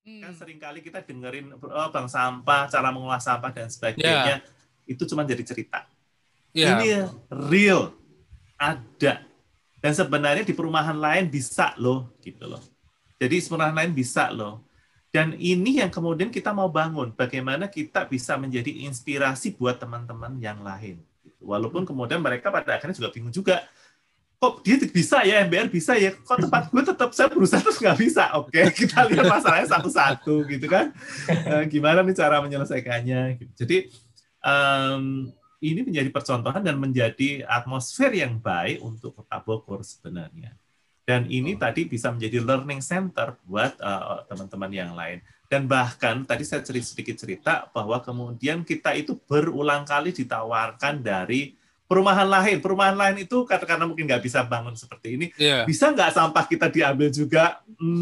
Kan seringkali kita dengerin bank sampah, cara mengolah sampah dan sebagainya, itu cuma jadi cerita. Ini real, ada. Dan sebenarnya di perumahan lain bisa loh, gitu loh. Jadi perumahan lain bisa loh. Dan ini yang kemudian kita mau bangun, bagaimana kita bisa menjadi inspirasi buat teman-teman yang lain. Walaupun kemudian mereka pada akhirnya juga bingung juga, kok dia bisa ya, MBR bisa ya, kok tempat gue tetap saya berusaha terus nggak bisa. Oke, kita lihat masalahnya satu-satu gitu kan. Gimana nih cara menyelesaikannya. Jadi ini menjadi percontohan dan menjadi atmosfer yang baik untuk Kota Bogor sebenarnya. Dan ini tadi bisa menjadi learning center buat teman-teman yang lain. Dan bahkan tadi saya sedikit cerita bahwa kemudian kita itu berulang kali ditawarkan dari perumahan lain itu karena mungkin nggak bisa bangun seperti ini, bisa nggak sampah kita diambil juga?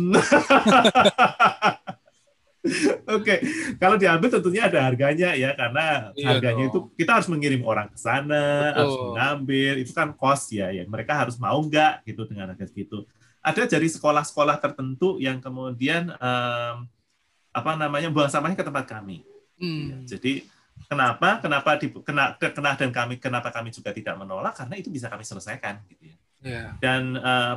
Oke, kalau diambil tentunya ada harganya ya, karena harganya itu kita harus mengirim orang ke sana, harus mengambil, itu kan cost ya, mereka harus mau nggak gitu dengan harga segitu. Ada dari sekolah-sekolah tertentu yang kemudian buang sampahnya ke tempat kami. Jadi kenapa kami juga tidak menolak, karena itu bisa kami selesaikan gitu ya. Dan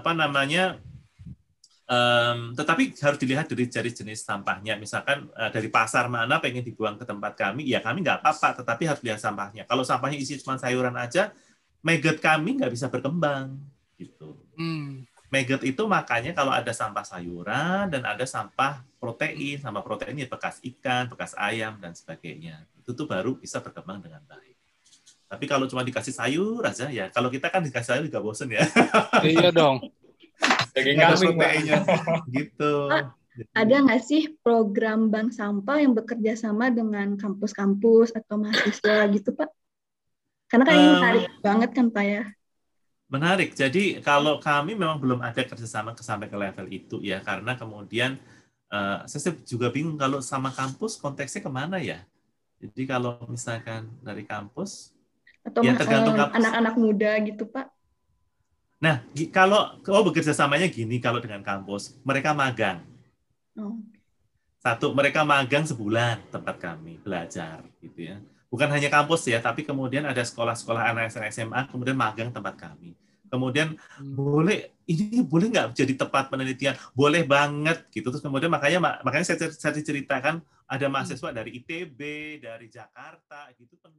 tetapi harus dilihat dari jenis sampahnya. Misalkan dari pasar mana pengen dibuang ke tempat kami, ya kami nggak apa-apa, tetapi harus lihat sampahnya. Kalau sampahnya isi cuma sayuran aja, maggot kami nggak bisa berkembang gitu. Maggot itu makanya kalau ada sampah sayuran dan ada sampah protein ya bekas ikan, bekas ayam dan sebagainya. Itu tuh baru bisa berkembang dengan baik. Tapi kalau cuma dikasih sayur aja ya, kalau kita kan dikasih sayur juga bosen ya. Iya dong. Daging kambing proteinnya gitu. Ada nggak sih program bank sampah yang bekerja sama dengan kampus-kampus atau mahasiswa gitu, Pak? Karena kan ini menarik banget kan, Pak ya? Menarik. Jadi kalau kami memang belum ada kerjasama sampai ke level itu ya, karena kemudian saya juga bingung kalau sama kampus konteksnya kemana ya. Jadi kalau misalkan dari kampus, atau ya tergantung anak-anak muda gitu, Pak. Nah, kalau bekerja samanya gini, kalau dengan kampus, mereka magang. Satu, mereka magang sebulan tempat kami belajar, gitu ya. Bukan hanya kampus ya, tapi kemudian ada sekolah-sekolah anak SMA, kemudian magang tempat kami. Kemudian ini boleh nggak jadi tempat penelitian? Boleh banget, gitu. Terus kemudian makanya saya ceritakan ada mahasiswa dari ITB, dari Jakarta, gitu.